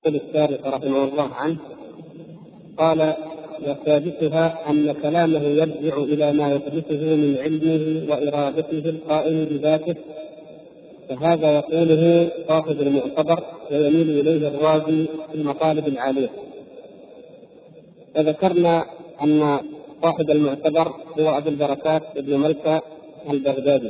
السابق رحمه الله عنه قال: وسادسها أن كلامه يرجع إلى ما يحدثه من علمه وإرادته القائم بذاته، فهذا يقوله صاحب المعتبر ويميل إليه الرازي في المطالب العالية. وذكرنا أن صاحب المعتبر هو أبو البركات ابن ملكة البغدادي،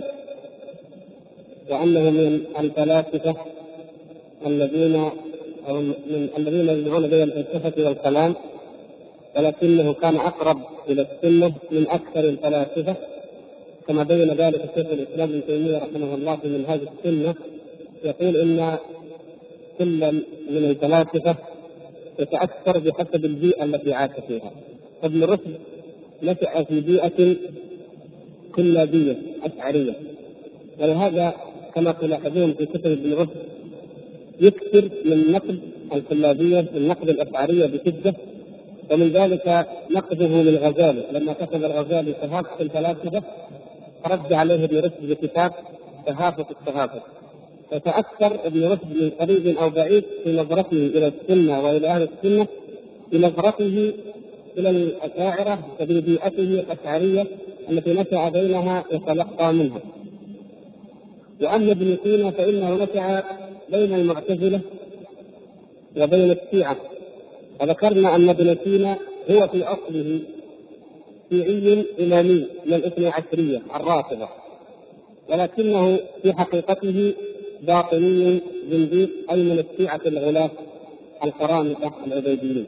وأنه من الفلاسفة الذين يدعون بين الفلسفة والكلام، ولكنه كان أقرب إلى السنة من أكثر الفلاسفة، كما بين ذلك الشيخ الإسلام ابن تيمية رحمه الله في منهاج السنة، يقول إن كل من الفلاسفة يتأثر بحسب البيئة التي عاش فيها. ابن رشد نشأ في بيئة كلابية أشعرية، ولهذا كما تلاحظون في كتب ابن رشد يكثر من نقد الكلابية، من نقد الأشعرية بشدة، ومن ذلك نقده للغزالي لما كتب الغزالي تهافت الفلاسفة رد عليه ابن رشد بكتاب تهافت التهافت. فتأثر ابن رشد من قريب أو بعيد في نظرته إلى السنة وإلى أهل السنة بنظرته إلى الأشاعرة وببيئته الأشعرية التي نشأ بينها يتلقى منها. وأما ابن سينا فإنه نشأ بين المعتزلة وبين الشيعة، وذكرنا أن ابن سينا هو في أصله شيعي إمامي من الاثني عشرية الرافضة، ولكنه في حقيقته باطني زنديق، أي من الشيعة الغلاة القرامطة العبيديين.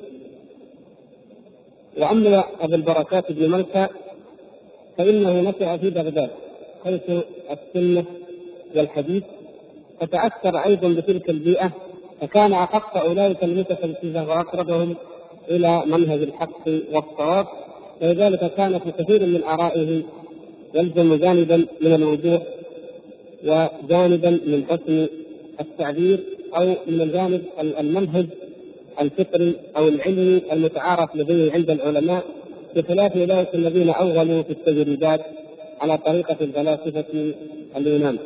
وأما أبو البركات ابن ملكة فإنه نشأ في بغداد حيث السنة والحديث، فتأثر أيضا بتلك البيئة، فكان أحق أولئك المتفلسفة وأقربهم إلى منهج الحق والصواب، ولذلك كان في كثير من آرائه يلزم جانبا من الوضوح وجانبا من حسن التعبير، أو من الجانب المنهج الفكري أو العلمي المتعارف لديه عند العلماء، بخلاف أولئك الذين أولوا في التجريدات على طريقة الفلاسفة اليونان.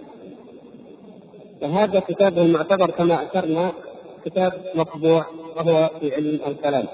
فهذا كتابه المعتبر كما أشرنا كتاب مطبوع وهو في علم الكلام.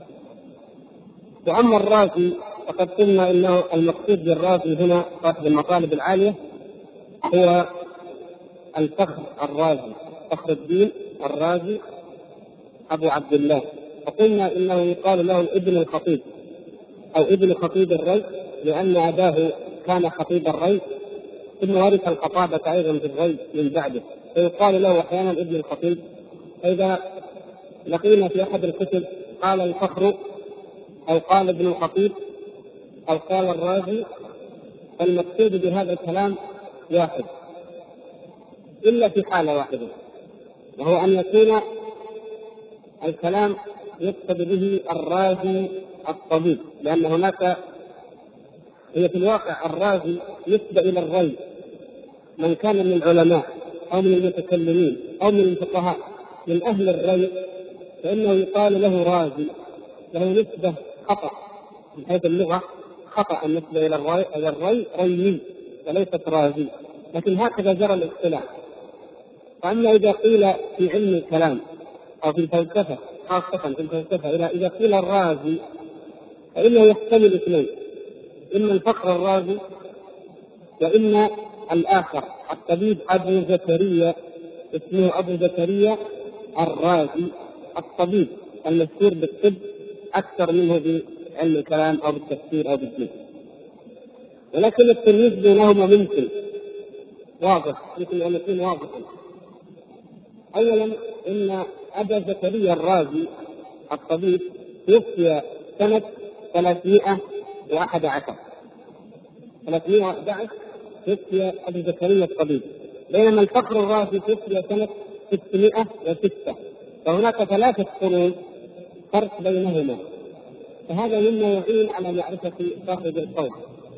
وأما الرازي فقد قلنا إنه المقصود بالرازي هنا صاحب المطالب العالية هو الفخر الرازي، فخر الدين الرازي أبو عبد الله. فقلنا إنه يقال له ابن الخطيب أو ابن خطيب الري، لأن أباه كان خطيب الري ثم ورث الخطابة أيضا في الري من بعده، فيقال له أحيانا ابن الخطيب. فإذا لقينا في أحد الكتب قال الفخر أو قال ابن الخطيب أو قال الرازي، فالمقصود بهذا الكلام واحد إلا في حالة واحدة، وهو أن يكون الكلام يقصد به الرازي الطبيب، لأن هناك هي في الواقع الرازي نسبة إلى الري، من كان من العلماء أو من المتكلمين أو من الفقهاء من أهل الري فإنه يقال له رازي، له نسبة خطأ من حيث اللغة، خطأ النسبة إلى الري ريي وليست رازي، لكن هكذا جرى الاصطلاح. فأما إذا قيل في علم الكلام أو في الفلسفة، خاصة في الفلسفة، إذا قيل الرازي فإنه يحتمل اثنين: إما الفخر الرازي، وإما الآخر الطبيب أبو زكريا، اسمه أبو زكريا الرازي، الطبيب المشهور بالطب أكثر منه بعلم الكلام أو بالتفسير أو بالدين. ولكن التمييز بينهما ممكن واضح، يمكن أن يكون واضحا. أولا إن أبا زكريا الرازي الطبيب توفي سنة 311 توفي أبو زكريا الطبيب، بينما الفخر الرازي توفي سنة 606، فهناك 3 قرون فرق بينهما، فهذا مما يعين على معرفة صاحب القول.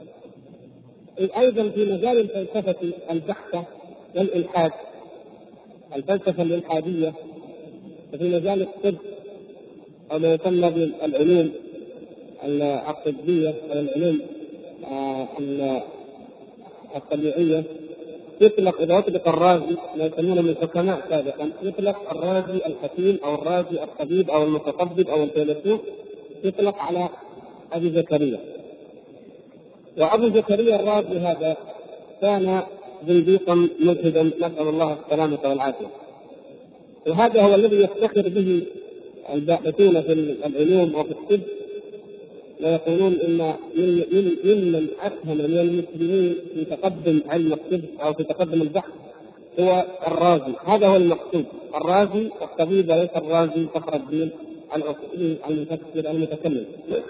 أيضا في مجال الفلسفة البحتة والإلحاد، الفلسفة الإلحادية، وفي مجال الطب أو ما يسمى بالعلوم الطبية أو العلوم الطبيعية، يطلق إذا أطلق الرازي ما يسمونه من الحكماء سابقا، يطلق الرازي الحكيم أو الرازي الطبيب أو المتطبب أو الفيلسوف، يطلق على أبي زكريا. وأبو زكريا الرازي هذا كان زنديقا ملحدا، نسأل الله السلامة والعافية. وهذا هو الذي يفتخر به الباحثون في العلوم وفي الطب، ويقولون ان ممن اسهم من المسلمين في تقدم علم الطب او في تقدم البحث هو الرازي. هذا هو المقصود، الرازي الطبيب وليس الرازي فخر الدين العقيلي المفكر المتكلم.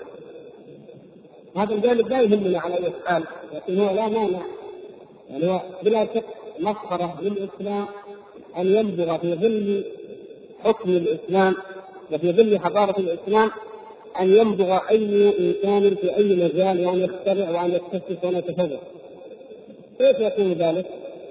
هذا الجانب لا يهمنا على اي حال، لكن هو لا مانع، يعني هو بلا شك مسخره للاسلام ان ينبغ في ظل حكم الاسلام وفي ظل حضاره الاسلام أن ينبغ أي إنسان في أي مجال وأن يخترع وأن يكتشف وأن يتفوق. كيف يكون ذلك؟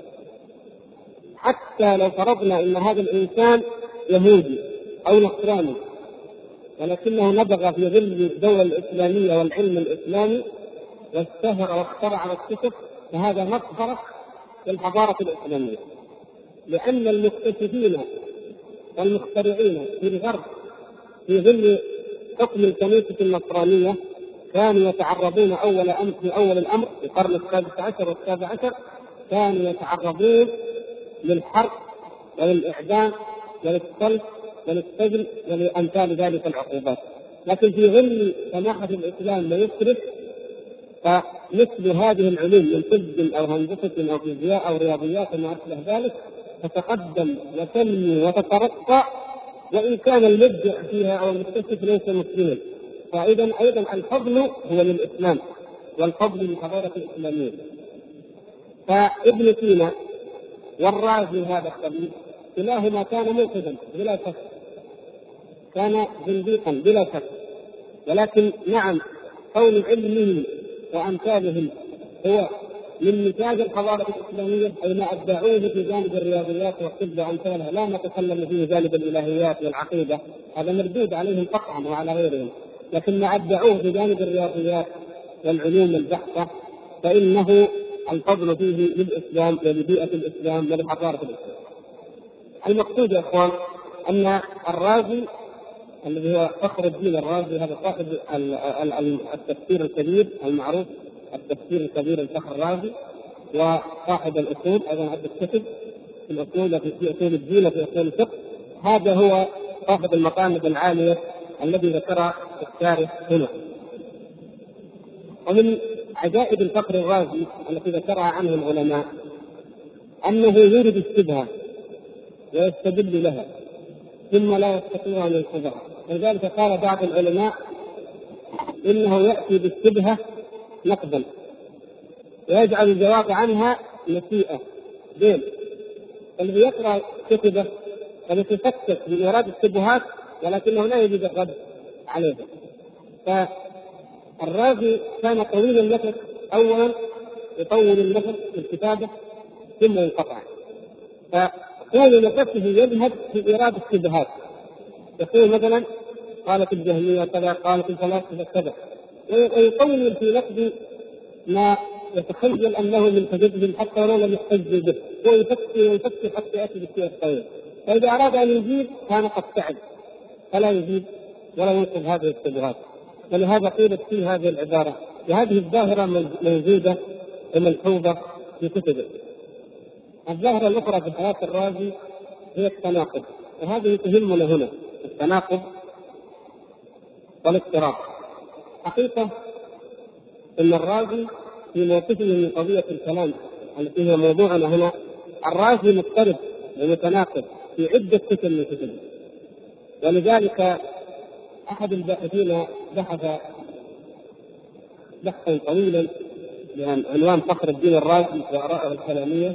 حتى لو فرضنا أن هذا الإنسان يهودي أو نصراني ولكنه نبغ في ظل الدولة الإسلامية والعلم الإسلامي واستهر واخترع واكتشف، فهذا مسخرة للحضارة الإسلامية، لأن المكتشفين والمخترعين في الغرب في ظل حكم الكنيسة النصرانية كانوا يتعرضون في أول الأمر في القرن السادس عشر والسابع عشر، كانوا يتعرضون للحرق وللإعدام وللسلب وللسجن ولأمثال ذلك العقوبات. لكن في ظل سماحة الإسلام ما يصرف، فمثل هذه العلوم من طب أو هندسة أو فيزياء أو رياضيات وما أشبه ذلك تتقدم وتنمو وتترقى، وإن كان المبدع فيها أو المكتشف ليس مسلما. فإذا أيضا الفضل هو للإسلام والفضل للحضارة الإسلامية. فابن سينا والرازي هذا الطبيب كلاهما كان ملحدا بلا شك، كان زنديقا بلا شك، ولكن نعم كون علمهم وأمثالهم هو من نتاج الحضارة الإسلامية، أي ما أبدعوه في جانب الرياضيات والطب وأمثالها، لا نتكلم فيه جانب الإلهيات والعقيدة، هذا مردود عليهم قطعا وعلى غيرهم، لكن ما أبدعوه في جانب الرياضيات والعلوم البحتة فإنه الفضل فيه للإسلام ولبيئة الإسلام ولحضارة الإسلام. المقصود يا إخوان أن الرازي الذي هو فخر الدين الرازي، هذا صاحب التفسير الكبير المعروف، التفسير الكبير الفخر الرازي، وصاحب الأصول أيضا عبد الكتب في الأصول في أصول الدين وفي أصول الفقه، هذا هو صاحب المقامة العالية الذي ذكرها الشارح هنا. ومن عجائب الفخر الرازي التي ذكرها عنه العلماء أنه يورد الشبهة ويستدل لها ثم لا يستطيع أن ينقذها، ولذلك قال بعض العلماء إنه يأتي بالشبهة نقدا ويجعل الجواب عنها نسيئة دين، الذي يقرأ كتبه فليتفكك من إيراد الشبهات ولكنه لا يجد الرد عليها. فالرازي كان طويل النفس، أولا يطول النفس في الكتابة ثم ينقطع، فطول نفسه يذهب في إيراد الشبهات، يقول مثلا قالت الجهمية كذا، قالت الفلاسفة كذا، ويطول في نقد ما يتخيل أنه من تجدد حتى ولو لم يحتج به، ويفكر حتى يأتي بالشيء الطويل. فإذا أراد أن يجيب كان قد تعب فلا يجيب ولا ينقذ هذه الشبهات. ولهذا قيلت في هذه العبارة، وهذه الظاهرة موجودة وملحوظة في كتبه. الظاهرة الأخرى في حياة الرازي هي التناقض، وهذه تهمنا هنا، التناقض والاضطراب. حقيقة أن الرازي في موقفه من قضية الكلام التي هي موضوعنا هنا، الرازي مضطرب ومتناقض في عدة كتب من كتبه. ولذلك أحد الباحثين بحث بحثا طويلا بعنوان فخر الدين الرازي وآراءه الكلامية،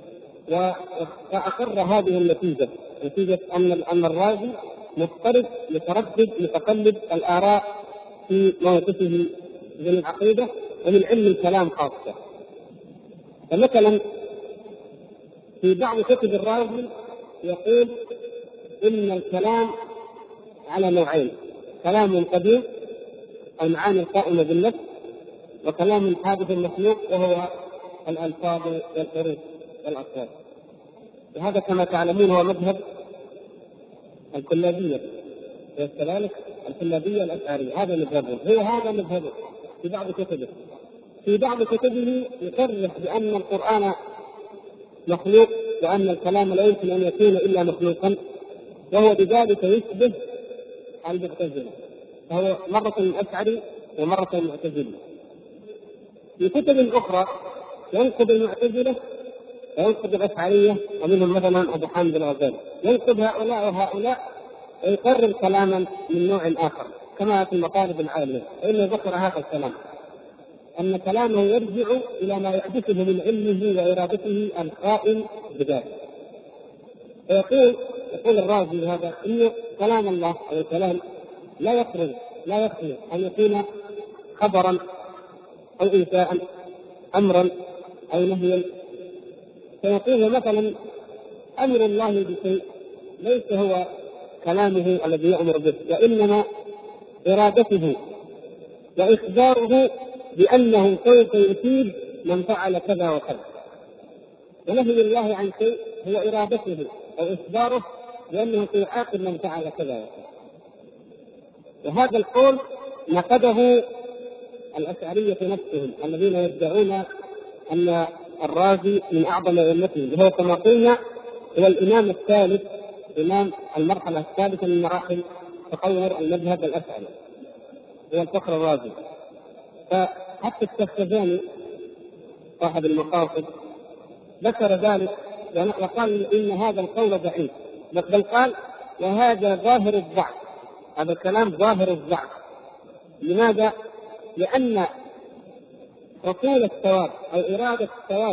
وأقر هذه النتيجة، نتيجة أن الرازي مضطرب متردد متقلب الآراء في موقفه من العقيدة ومن علم الكلام خاصة. فمثلا في بعض كتب الرازي يقول إن الكلام على نوعين: كلام قديم المعاني القائمة بالنفس، وكلام حادث مخلوق وهو الألفاظ والحروف. والأصوات. وهذا كما تعلمون هو مذهب الكلابية، وكذلك الكلابية الأشعرية، هذا مذهبه، هذا مذهبه في بعض كتبه. في بعض كتبه يصرح بأن القرآن مخلوق، وأن الكلام لا يمكن أن يكون إلا مخلوقا، وهو بذلك يشبه المعتزلة، فهو مرة الأشعري ومرة المعتزلة. في كتب أخرى ينقض المعتزلة وينقض الأشعرية، ومنهم مثلا أبو حامد الغزالي، ينقض هؤلاء وهؤلاء ويقرر كلاما من نوع آخر كما في المطالب العالية. فإنه ذكر هذا الكلام، أن كلامه يرجع إلى ما يحدثه من علمه وإرادته القائم بذلك. يقول الرازي هذا إن كلام الله أو الكلام لا يخرج أن يكون خبرا أو إنشاء، أمرا أو نهيا. فيقول مثلا أمر الله بشيء ليس هو كلامه الذي يأمر به، وإنما إرادته وإخباره بأنه سوف يصيب من فعل كذا وكذا. ونهي الله عن شيء هو إرادته أو إخباره بأنه سيعاقب من فعل كذا وكذا. وهذا القول نقده الأشعرية نفسهم الذين يدعون أن الرازي من أعظم أئمتهم، وهو كما قلنا هو الإمام الثالث، إمام المرحلة الثالثة من مراحل تطور المذهب الأشعري، هو الفخر الرازي. فحتى السفزاني صاحب المقاصد ذكر ذلك وقال إن هذا القول ضعيف، بل قال وهذا ظاهر الضعف، هذا الكلام ظاهر الضعف. لماذا؟ لأن حصول الثواب أو إرادة الثواب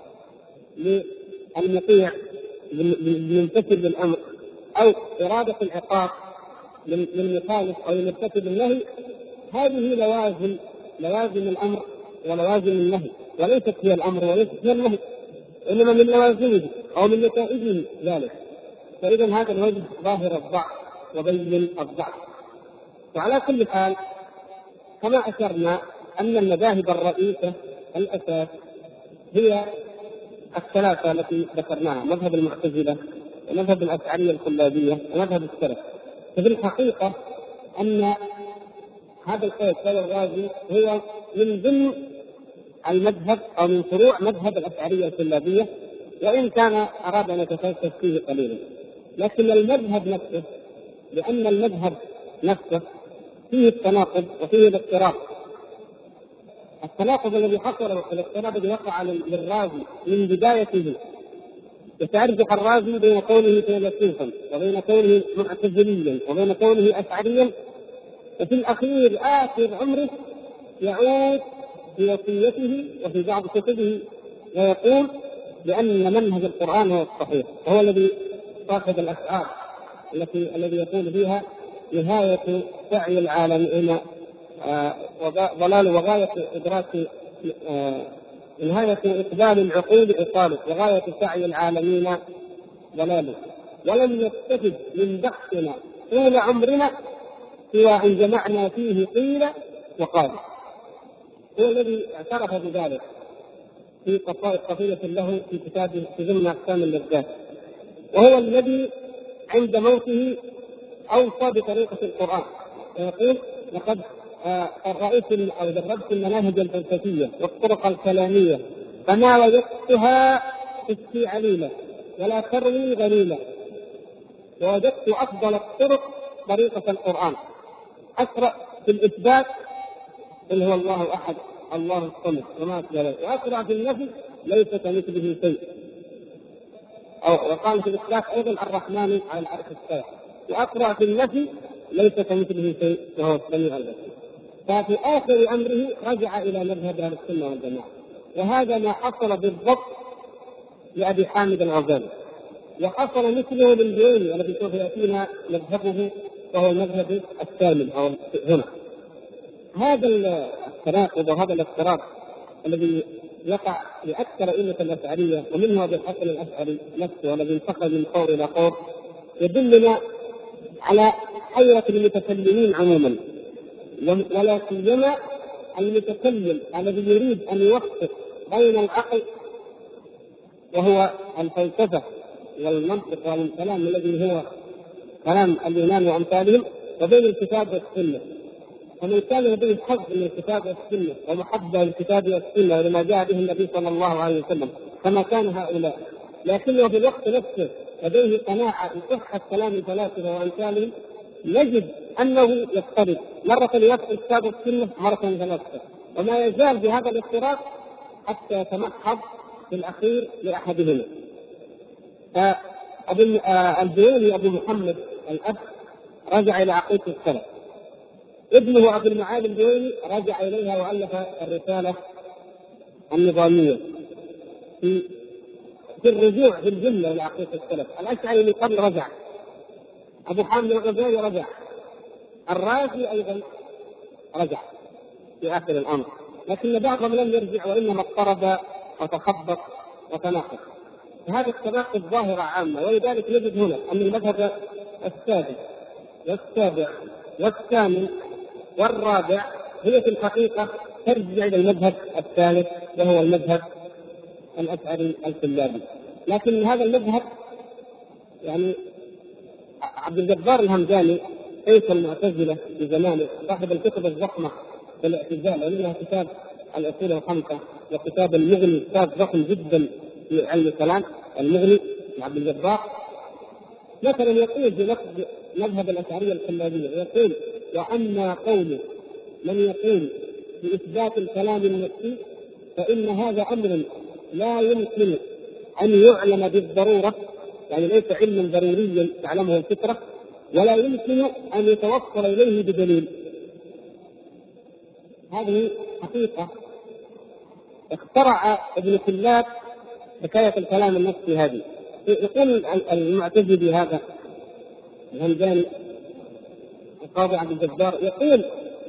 للمطيع للممتثل للأمر، أو إرادة العقاب للمخالف أو المرتكب النهي، هذه لوازم الأمر ولوازم النهي، وليست هي الأمر وليست هي النهي، إنما من لوازمه أو من نتائجه ذلك. فإذا هذا الوجه ظاهر الضعف وبين الضعف. وعلى كل حال كما أشرنا أن المذاهب الرئيسة الأساس هي الثلاثة التي ذكرناها، مذهب المعتزلة ومذهب الأشعرية الكلابية ومذهب السلف. ففي الحقيقة أن هذا القول الرازي هو من ضمن المذهب أو من فروع مذهب الأشعرية الكلابية، وإن كان أراد أن يتفلسف فيه قليلا. لكن المذهب نفسه، لأن المذهب نفسه فيه التناقض وفيه الاضطراب. التناقض الذي حصل والاضطراب الذي وقع للرازي من بدايته، يترجح الرازي بين كونه فيلسوفا وبين كونه معتزليا وبين كونه أشعريا، وفي الأخير آخر عمره يعود في وصيته وفي بعض كتبه ويقول بأن منهج القرآن هو الصحيح، وهو الذي صاحب الأشعار الذي يقول فيها نهاية سعي العالمين ضلال وغاية إدراك نهاية إقبال العقول إطالة وغاية سعي العالمين ضلاله، ولم يستفد من بحثنا طول عمرنا سوى أن جمعنا فيه قيل وقال. هو الذي اعترف بذلك في قصيدة له في كتابه في ضمن أقسام اللذات، وهو الذي عند موته أوصى بطريقة القرآن، ويقول لقد رأيت أو دربت المناهج الفلسفية والطرق الكلامية فما وجدتها تسقي عليلة ولا تروي غليلة، ووجدت أفضل الطرق طريقة القرآن، أسرع في الإثبات اللي هو الله أحد الله الصمد وما أشبه ذلك، وأسرع في النفي ليس كمثله شيء. وقال في الإثبات أيضا الرحمن على العرش استوى، وأسرع في النفي ليس كمثله شيء وهو السميع البصير. ففي آخر أمره رجع إلى مذهب أهل السنة والجماعة، وهذا ما حصل بالضبط لأبي حامد الغزالي، وحصل مثله للجويني الذي سوف يأتينا مذهبه وهو المذهب الثامن أو هنا. هذا التناقض وهذا الاضطراب الذي يقع لأكثر أئمة الأشعرية ومنه أبي الحسن الأشعري نفسه الذي انتقل من قول إلى قول يدلنا على حيرة المتكلمين عموما، ولا سيما المتكلم الذي يريد أن يوفق بين العقل وهو الفلسفة والمنطق والكلام الذي هو كلام اليونان وأمثالهم، وبين الكتاب والسنة. فمن كان لديه حظ من الكتاب والسنة ومحبة للكتاب والسنة ولما جاء به النبي صلى الله عليه وسلم كما كان هؤلاء، لكنه في الوقت نفسه لديه قناعة بصحة كلام الفلاسفة وأمثالهم، نجد أنه يضطرب مرة يوافق الكتاب والسنة مرة يتنافس، وما يزال بهذا الاضطراب حتى يتمحض في الأخير لأحدهما. الجويني أبو محمد الأب رجع إلى عقيدة السلف، ابنه أبو المعالي الجويني رجع إليها وألف الرسالة النظامية في الرجوع في الجملة إلى عقيدة السلف. الأشعري من قبل رجع، أبو حامد الغزالي رجع، الرازي أيضا رجع في آخر الأمر، لكن بعضهم لم يرجع وإنما اضطرب وتخبط وتناقض. هذه التناقض ظاهرة عامة، ولذلك نجد هنا أن المذهب السادس والسابع والثامن والرابع هي في الحقيقة ترجع إلى المذهب الثالث وهو المذهب الأشعري الكلابي. لكن هذا المذهب يعني عبد الجبار الهمداني شيخ المعتزلة في زمانه صاحب الكتب الضخمة في الاعتزال، ومنها كتاب الأصول الخمسة وكتاب المغني، كتاب ضخم جدا في علم الكلام المغني عبد الجبار، مثلا يقول في نقد مذهب الأشعرية الكلابية يقول: وأما قول من يقول بإثبات الكلام النفسي فإن هذا أمر لا يمكن أن يعلم بالضرورة، يعني ليس علما ضروريا تعلمه الفطرة، ولا يمكن أن يتوصل إليه بدليل. هذه حقيقة اخترع ابن كلاب حكاية الكلام النفسي هذه. يقول المعتزلي هذا الهمداني القاضي عبد الجبار يقول: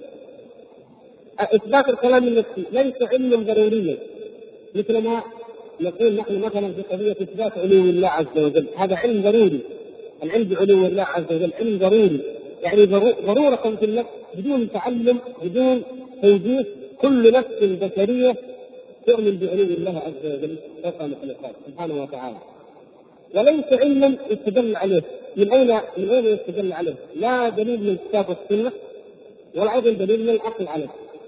إثبات الكلام النفسي ليس علما ضروريا، مثل ما نقول نحن مثلا في قضية إثبات علو الله عز وجل، هذا علم ضروري، العلم بعلو الله عز وجل علم ضروري، يعني ضرورة في النفس بدون تعلم بدون توجيه. كل نفس بشرية تؤمن بعلو الله عز وجل فوق المخلوقات سبحانه وتعالى، وليس علما يستدل عليه. من أين يستدل عليه؟ لا دليل من الكتاب والسنة ولا أيضا دليل من العقل عليه.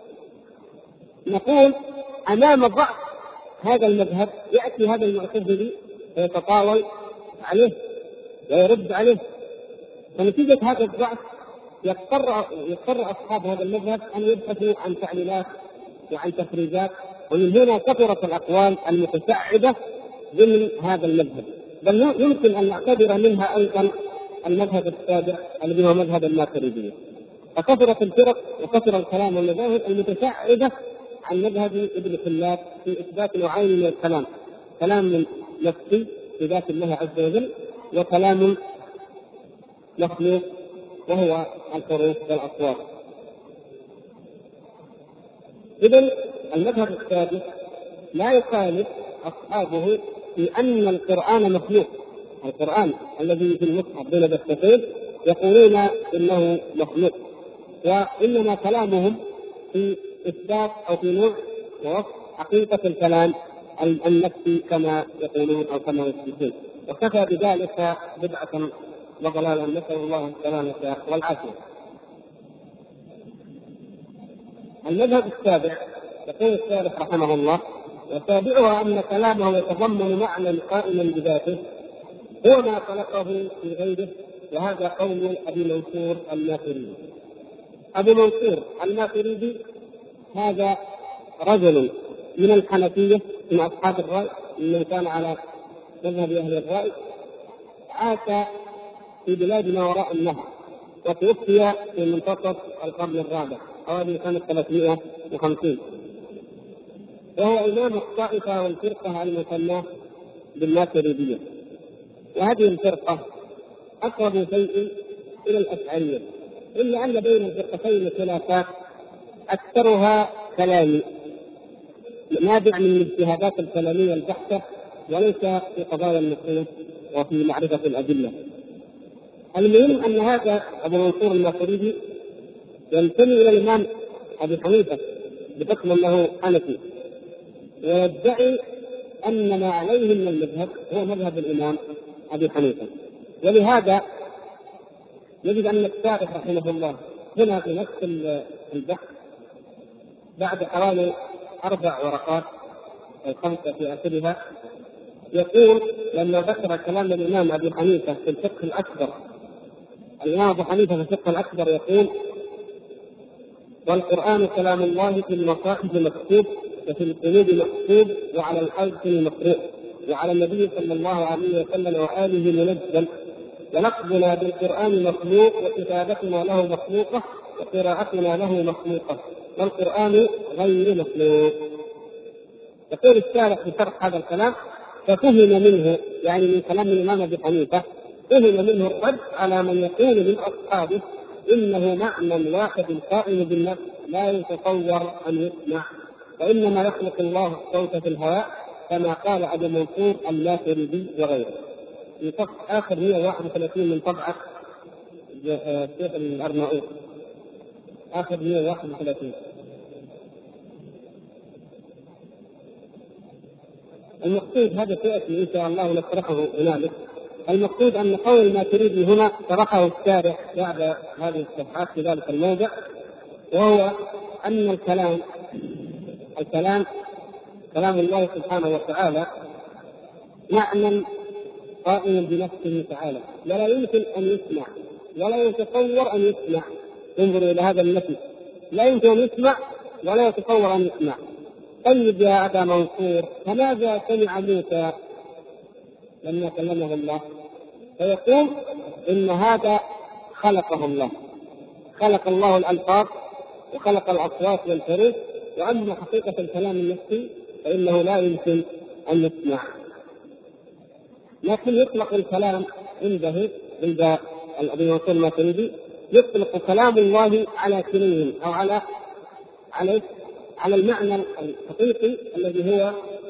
نقول أمام ضعف هذا المذهب يأتي هذا المعتزلي ويتطاول عليه ويرد عليه، فنتيجة هذا الضعف يضطر أصحاب هذا المذهب أن يبحثوا عن تعليلات وعن تفريجات، ومن هنا كثرت الأقوال المتشعبة ضمن هذا المذهب. بل يمكن أن نعتبر منها أيضا المذهب السابع الذي هو مذهب الماتريدية، فكثرت الفرق وكثر الكلام والمذاهب المتشعبة عن مذهب ابن كلاب في إثبات نوعين من الكلام: كلام نفسي في ذات الله عز وجل، وكلام مخلوق وهو الحروف والأصوات. إذن المذهب السادس لا يخالف أصحابه في أن القرآن مخلوق. القرآن الذي في المصحف بين دفتين يقولون إنه مخلوق، وإنما كلامهم في إثبات أو في نوع ووصف حقيقة الكلام النفسي كما يقولون أو كما يثبتون، وكفى بذلك بدعة وضلالا، نسأل الله السلامة والعافية. المذهب السابع يقول الشارح رحمه الله: وسابعها أن كلامه يتضمن معنى قائما بذاته هو ما خلقه في غيره، وهذا قول أبي منصور الماتريدي. أبو منصور الماتريدي هذا رجل من الحنفية من أصحاب الرأي، من كان على مذهب أهل الرأي، عاش في بلاد ما وراء النهر، وتوفي في منتصف القرن الرابع حوالي سنة 350، وهو إمام الطائفة والفرقة المسماة بالماتريدية. وهذه الفرقة أقرب شيء إلى الأشعرية، إلا أن بين الفرقتين خلافات أكثرها كلامي نابع من الاجتهادات الكلامية البحتة، وليس في قضايا النصوص وفي معرفة الأدلة. المهم أن هذا أبو منصور الماتريدي ينتمي إلى الإمام أبي حنيفة بحكم أنه حنفي، ويدعي أن ما عليه من المذهب هو مذهب الإمام أبي حنيفة. ولهذا نجد أن الشارح رحمه الله هنا في نفس البحث بعد حوالي 4 ورقات أو 5 في آخرها يقول لما ذكر كلام الإمام أبي حنيفة في الفقه الأكبر، الإمام أبو حنيفة في الفقه الأكبر يقول: والقرآن كلام الله في المصاحف مكتوب وفي القلوب مكتوب وعلى الألسن مقروء وعلى النبي صلى الله عليه وسلم وآله منزل، ولفظنا بالقرآن مخلوق وكتابتنا له مخلوقة وقراءتنا له مخلوقة والقرآن غير مخلوق. يقول الشارح في شرح هذا الكلام: ففهم منه، يعني من كلام الإمام أبي حنيفة، فهم منه الرد على من يقول من أصحابه إنه معنى واحد قائم بالنفس لا يتصور أن يسمع، وإنما يخلق الله الصوت في الهواء كما قال أبو منصور اللافردي وغيره. في آخر 131 من طبعة الشيخ الأرناؤوط، آخر 131. المقصود هذا سيأتي إن شاء الله نشرحه هنالك. المقصود أن قول الماتريدي هنا شرحه الشارح بعد هذه الصفحات في ذلك الموضع، وهو أن الكلام كلام الله سبحانه وتعالى معنى قائم بنفسه تعالى ولا يمكن أن يسمع ولا يتصور أن يسمع. انظروا إلى هذا النفي، لا يمكن أن يسمع ولا يتصور أن يسمع. طيب يا أبا منصور، فماذا سمع موسى لما كلمه الله؟ فيقول إن هذا خلقه الله، خلق الله الألفاظ وخلق الأصوات والحروف، وأما حقيقة الكلام النفسي فإنه لا يمكن أن يسمع. لكن يطلق الكلام عنده عند أبي منصور الماتريدي، يطلق كلام الله على كلمهم أو على المعنى الحقيقي الذي هو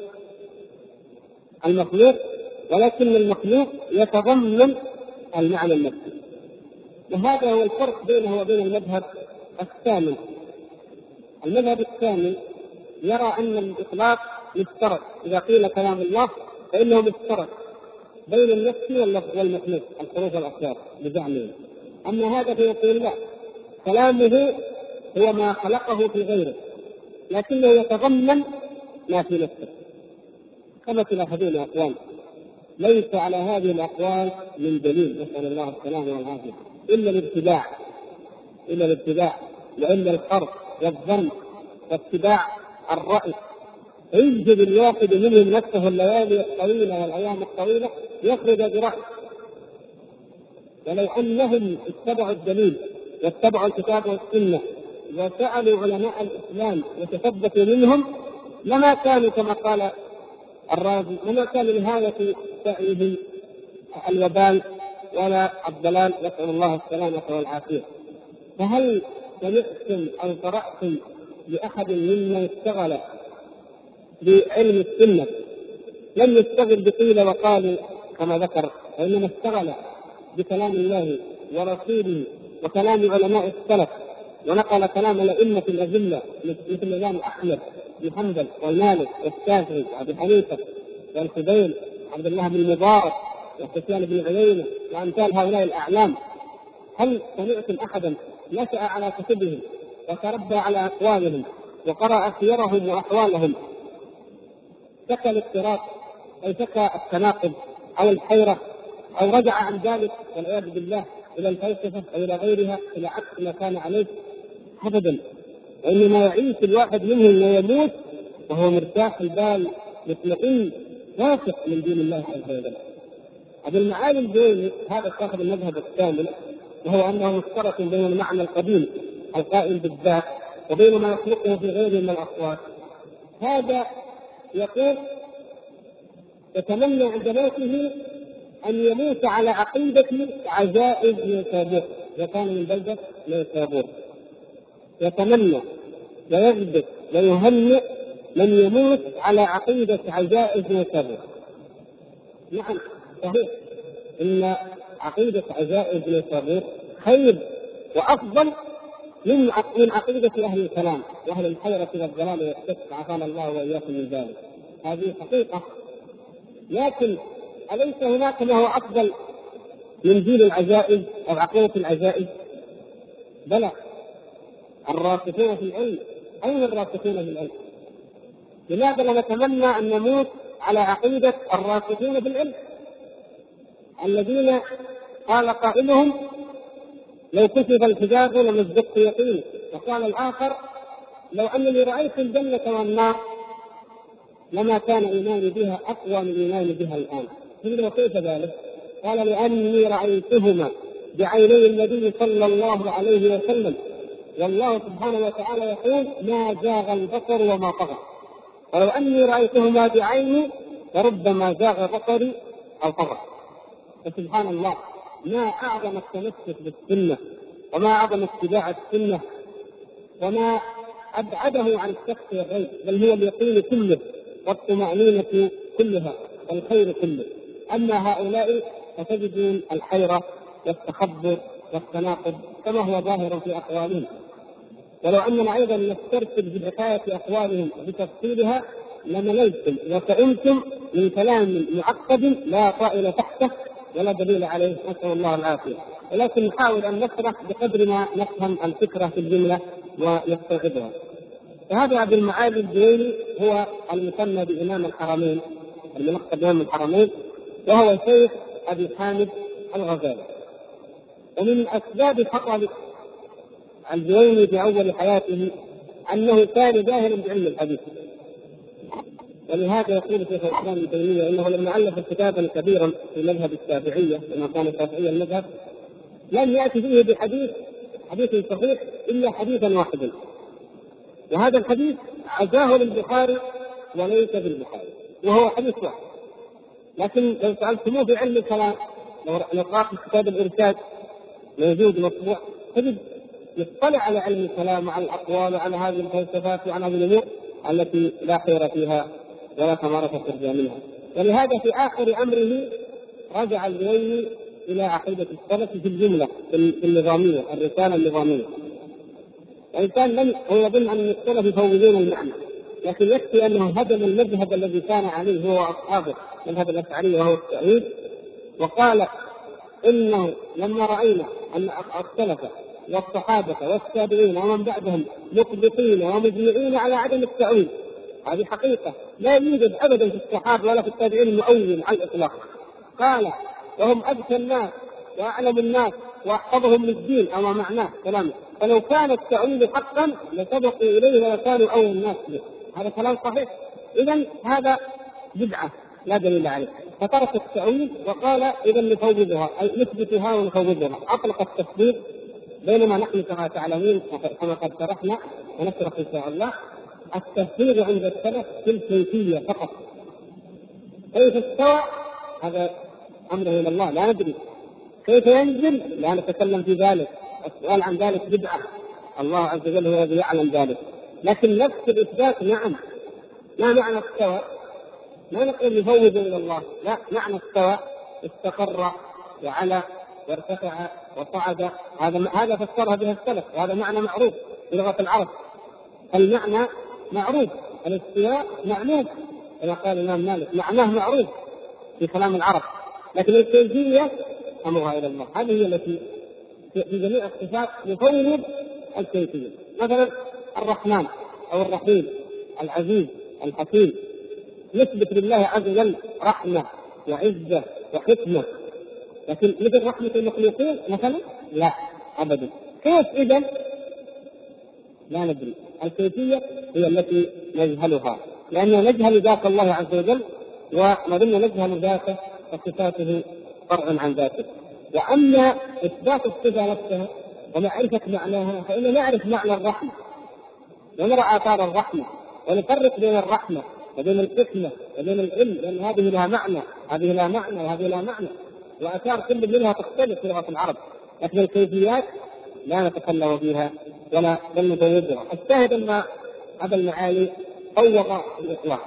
المخلوق، ولكن المخلوق يتضمن المعنى النفسي. وهذا هو الفرق بينه وبين المذهب الثاني. المذهب الثاني يرى أن الإطلاق مشترك، إذا قيل كلام الله فإنه مشترك بين النفس والمخلوق، الحروف والأصوات بزعمه. أما هذا فيقول لا، كلامه هو ما خلقه في غيره، لكنه يتضمن ما في نفسه. كما تلاحظون يا أخوان، ليس على هذه الأقوال من دليل، نسأل الله السلامة والعافية، إلا الابتداع وإلا الخرق والظن واتباع الرأي. يجد الواحد منهم نفسه الليالي الطويلة والأيام الطويلة يخرج برأي، ولو أنهم اتبعوا الدليل واتبعوا الكتاب والسنة وسألوا علماء الإسلام وتثبتوا منهم لما كانوا كما قال الرازي، لما كان نهاية سعيهم الوبال ولا الضلال، نسأل الله السلامة والعافية. فهل سمعتم أو قرأتم لأحد ممن اشتغل بعلم السنة لم يشتغل بقيل وقالوا كما ذكر، وإنما اشتغل بكلام الله ورسوله وكلام علماء السلف، ونقل كلام الأئمة الأذلة مثل الإمام أحمد بن حنبل ومالك والشافعي وأبي حنيفة والخديل عبد الله بن المبارك وسفيان بن عيينة وأمثال هؤلاء الأعلام؟ هل سمعتم أحدا نشأ على كتبهم وتربى على أقوالهم وقرأ سيرهم وأحوالهم سكى الاضطراب أو سكى التناقض أو الحيرة أو رجع عن ذلك والعياذ بالله إلى الفلسفة أو إلى غيرها إلى عكس ما كان عليه؟ أبدا. وإنما يعيش الواحد منهم ويموت وهو مرتاح البال مطمئن واثق من دين الله عز وجل. أبو المعالي الجويني هذا صاحب المذهب الثامن، وهو أنه مشترك بين المعنى القديم القائم بالذات وبين ما يخلقه في غيره من الأصوات. هذا يقول يتمنى عند موته أن يموت على عقيدة عجائز نيسابور، وكان من بلدة نيسابور. يتمنى ويغبط ويهنئ من يموت على عقيدة عجائز نيسابور. نعم صحيح إن عقيدة عجائز نيسابور خير وأفضل من عقيدة أهل الكلام وأهل الحيرة والضلال والشك، عافانا الله وإياكم من ذلك. هذه حقيقة لكن أليس هناك ما هو أفضل من جيل العجائز أو عقيدة العجائز؟ بلى، الراسخون في العلم. أين الراسخون في العلم؟ لماذا لا نتمنى أن نموت على عقيدة الراسخين في العلم الذين قال قائلهم لو كشف الحجاب لمزقت يقين، وقال الآخر لو أنني رأيت الجنة والنار لما كان إيماني بها أقوى من إيماني بها الآن. قيل وكيف ذلك؟ قال لأني رأيتهما بعيني النبي صلى الله عليه وسلم، والله سبحانه وتعالى يقول ما زاغ البصر وما طغى، ولو أني رأيتهما بعيني فربما زاغ بصري أو طغى. فسبحان الله، ما أعظم التمسك بالسنة وما أعظم اتباع السنة وما أبعده عن الشك والريب، بل هو اليقين كله والطمأنينة كلها والخير كله. أما هؤلاء فتجدون الحيرة والتخبر والتناقض كما هو ظاهر في أقوالهم. ولو أننا أيضا نسترسل بحكاية أقوالهم بتفصيلها لمللتم وسئمتم من كلام معقد لا طائل تحته ولا دليل عليه، نسأل الله العافية. ولكن نحاول أن نشرح بقدر ما نفهم الفكرة في الجملة ونستوعبها. فهذا أبو المعالي الجويني هو المسمى بإمام الحرمين، الملقب بإمام الحرمين، وهو شيخ أبي حامد الغزالي. ومن أسباب خطأ الجويني في أول حياته أنه كان جاهلا بعلم الحديث، ولهذا يقول شيخ الإسلام ابن تيمية إنه لما ألف كتابا كبيرا في مذهب الشافعية لما كان الشافعية المذهب لم يأتي فيه حديث صحيح إلا حديثا واحدا، وهذا الحديث عزاه للبخاري وليس بالبخاري، وهو حديث واحد. لكن لو سألتموه في علم الكلام، لو قرأت كتاب الإرشاد موجود مطبوع، تجد يطلع على علم الكلام وعلى الأقوال وعلى هذه الفلسفات وعلى هذه الأمور التي لا خير فيها ولا ثمرة ترجى منها. ولهذا في آخر أمره رجع الجويني إلى عقيدة السلف في الجملة في النظامية، الرسالة النظامية. الإنسان لم يظن أن السلف يفوضون المعنى، لكن يكفي أنه هدم المذهب الذي كان عليه هو أصحابه مذهب الأشعرية وهو التأويل، وقال إنه لما رأينا أن السلف والصحابة والتابعين ومن بعدهم مطبقين ومجمعين على عدم التأويل، هذه حقيقة لا يوجد أبدا في الصحابة ولا في التابعين مؤول على الإطلاق. قال وهم أذكى الناس وأعلم الناس وأحفظهم للدين أو معناه كلامه، فلو كان التأويل حقا لسبقوا إليه ولكانوا أول الناس به. هذا كلام صحيح. إذن هذا بدعة لا دليل عليه، فترك التأويل وقال إذا نفوضها أي نثبتها ونفوضها، أطلق التفويض. بينما نحن كما تعلمون كما قد شرحنا ونشرح إن شاء الله التفويض عند السلف في الكيفية فقط. كيف استوى هذا أمره إلى الله، لا ندري. كيف ينزل لا نتكلم في ذلك، السؤال عن ذلك بدعة، الله عز وجل هو الذي يعلم ذلك. لكن نفس الإثبات نعم، ما معنى استوى؟ لا نقول نفوض إلى الله، لا، معنى استوى استقر وعلى وارتفع وصعد، هذا فسرها بها السلف، وهذا معنى معروف في لغة العرب. المعنى معروف، الاستواء معلوم كما قال الإمام مالك، معناه معروف في كلام العرب، لكن الكيفية أمرها إلى الله. هذه هي التي في جميع الصفات يفوض الكيفية. مثلا الرحمن أو الرحيم، العزيز، الحكيم، نثبت لله عز وجل رحمة وعزة وحكمة، لكن مثل رحمة المخلوقين مثلا لا أبدا. كيف إذن؟ لا ندري. الكيفية هي التي نجهلها، لأننا نجهل ذات الله عز وجل، وما دمنا نجهل ذاته فصفاته فرع عن ذاته. وأما إثبات الصفة نفسها ومعرفة معناها فإننا نعرف معنى الرحمة ونرى آثار الرحمة ونفرق بين الرحمة وبين الحكمة وبين العلم، لأن هذه لها معنى هذه لها معنى وهذه لها معنى، وآثار كل منها تختلف في لغة العرب. لكن الكيفيات لا نتكلم فيها ولا بل نفوضها. الشاهد أن أبا المعالي فوض الإطلاق.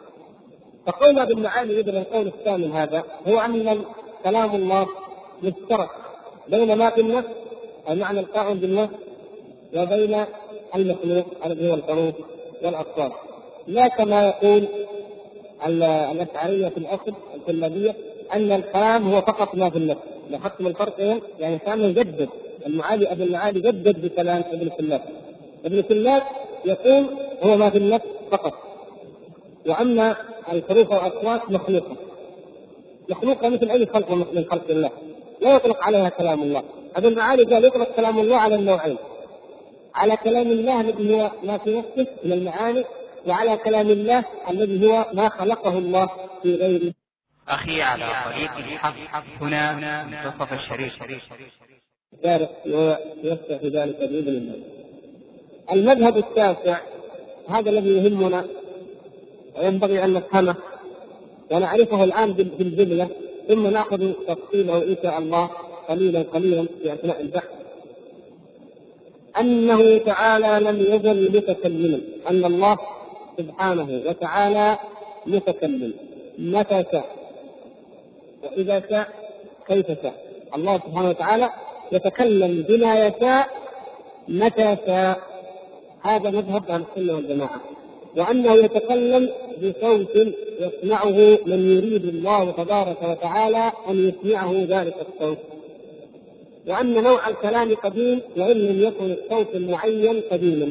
فقول أبا المعالي إذن القول الثاني هذا هو أن كلام الله مشترك بين ما في النفس المعنى القائم بالنفس وبين المخلوق الذي هو الحروف والأصوات، لا كما يقول الأشعرية في الأصل الكلابية أن الكلام هو فقط ما في النفس. لاحظتم الفرق إيه؟ يعني كان يجدد المعالي أبو المعالي جدد بكلام ابن كلاب. ابن كلاب يقول هو ما في النفس فقط، وأما الحروف والأصوات مخلوقة مثل أي خلق من خلق الله، لا يطلق عليها كلام الله. ابن المعالي قال يطلق كلام الله على النوعين، على كلام الله الذي هو ما في نفسه من المعاني، وعلى كلام الله الذي هو ما خلقه الله في غيره. أخي على طريق الحق هنا منتصف الشريف دارس ويفتح في ذلك بإذن الله. المذهب التاسع هذا الذي يهمنا وينبغي أن نفهمه ونعرفه الآن بالجملة، ثم نأخذ تفصيله إن شاء الله قليلا في أثناء البحث. أنه تعالى لم يزل متكلما، أن الله سبحانه وتعالى متكلم متى شاء وإذا شاء كيف شاء. الله سبحانه وتعالى يتكلم بما يشاء متى شاء، هذا مذهب أهل السنة والجماعة. وأنه يتكلم بصوت يسمعه من يريد الله تبارك وتعالى أن يسمعه ذلك الصوت. وأن نوع الكلام قديم وإن لم يكن الصوت المعين قديما.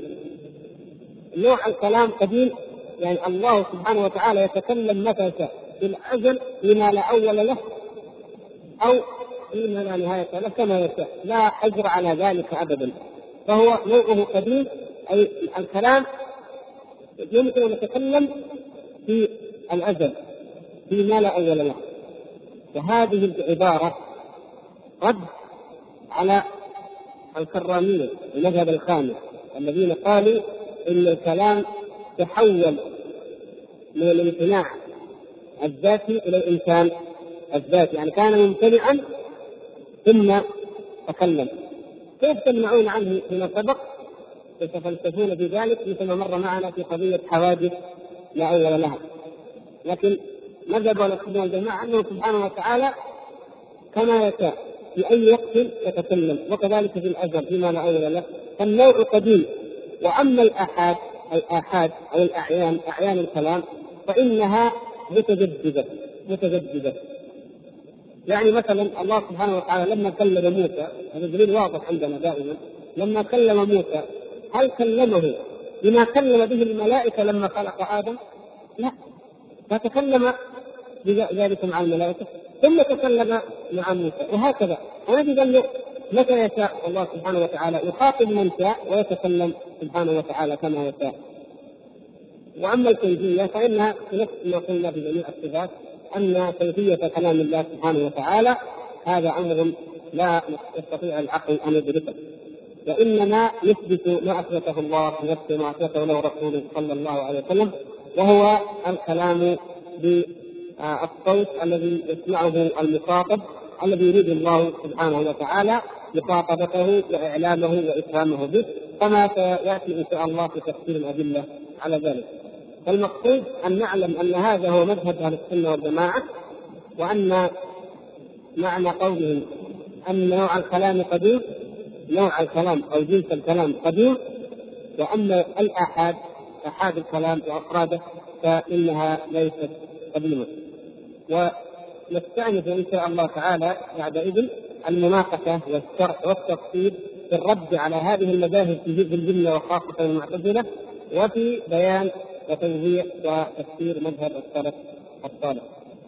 نوع الكلام قديم يعني الله سبحانه وتعالى يتكلم متى شاء في الأزل فيما لا أول له أو فيما لا نهاية له كما يشاء، لا حجر على ذلك أبدا. فهو نوعه قديم، أي الكلام يمكن أن يتكلم في الأزل فيما لا أول له. وهذه العبارة رد على الكرامية المذهب الخامس الذين قالوا إن الكلام تحول من الامتناع الذاتي إلى الإمكان الذاتي، يعني كان ممتنعا ثم تكلم. كيف تمنعون عنه فيما سبق؟ يتفلسفون في ذلك مثل ما مر معنا في قضية حوادث لا أول لها. لكن مذهب السنة والجماعة أنه سبحانه وتعالى كما يشاء في أي وقت يتكلم، وكذلك في الأزل فيما لا أول له. فالنوع قديم. وأما الآحاد أو الأعيان، أعيان الكلام، فإنها متجددة. يعني مثلا الله سبحانه وتعالى لما كلم موسى، هذا دليل واضح عندنا دائما، لما كلم موسى هل كلمه بما كلم به الملائكة لما خلق آدم؟ لا، فتكلم بذلك مع الملائكة ثم تكلم مع موسى، وهكذا. ونجد أنه متى يشاء الله سبحانه وتعالى يخاطب من شاء ويتكلم سبحانه وتعالى كما يشاء. وأما الكيفية فإنها نفس ما قلنا في جميع الصفات، أن كيفية كلام الله سبحانه وتعالى هذا أمر لا يستطيع العقل أن يدركه، وإنما نثبت ما أثبته الله في نفسه وما أثبته له رسوله صلى الله عليه وسلم، وهو الكلام بالصوت الذي يسمعه المخاطب الذي يريد الله سبحانه وتعالى مخاطبته وإعلامه وإفهامه به، كما سيأتي إن شاء الله في تفسير الأدلة على ذلك. فالمقصود أن نعلم أن هذا هو مذهب أهل السنة والجماعة، وأن معنى قولهم أن نوع الكلام قديم، نوع الكلام أو جنس الكلام قديم، وأما الآحاد آحاد الكلام وأفراده فإنها ليست قديمة. ونستأنف إن شاء الله تعالى بعد إذن المناقشة والشرح والتفصيل في الرد على هذه المذاهب في الجملة وخاصة المعتزلة، وفي بيان وتوضيح وتفسير مذهب السلف الصالح.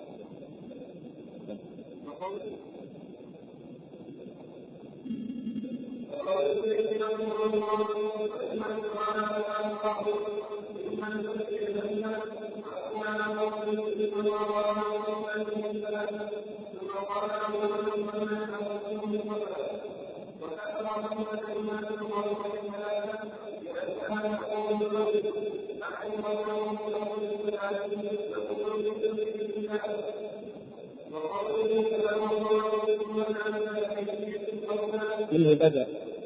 منه بدأ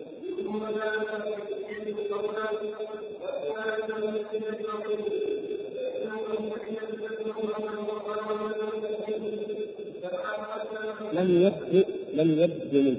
لم يبدو منه.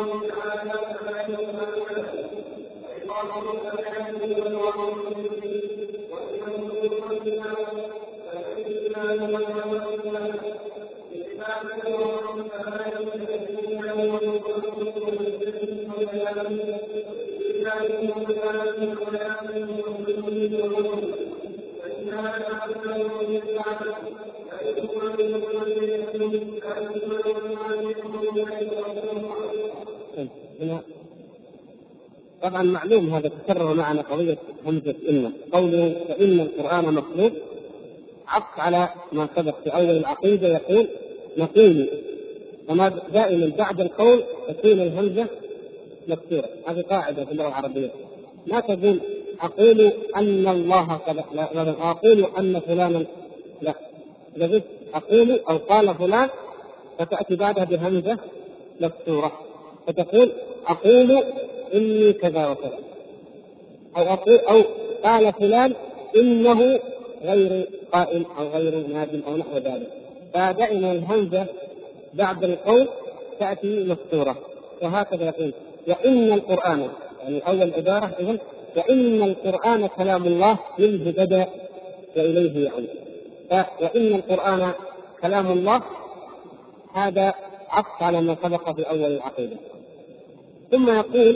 طبعا معلوم هذا تكرر معنا قضية همزة إن، قوله فإن القرآن مخلوق عطف على ما سبق في أول العقيدة، يقول نقول، وما دائما بعد القول تكون الهمزة مكسورة. هذه قاعدة في اللغة العربية، لا تقول أقول أن الله كذا، لا أقول أن فلانا، لا، إذا قلت أقول أو قال فلان فتأتي بعدها بهمزة مكسورة، فتقول أقول إني كذا وكذا، أو قال فلان إنه غير قائل أو غير نادم أو نحو ذلك. فدائما الهمزة بعد القول تأتي مكسورة. وهكذا يقول وإن القرآن، يعني أول عبارة إذن وإن القرآن كلام الله منه بدأ وإليه يعود. وإن القرآن كلام الله هذا عطف على ما سبق في أول العقيدة. ثم يقول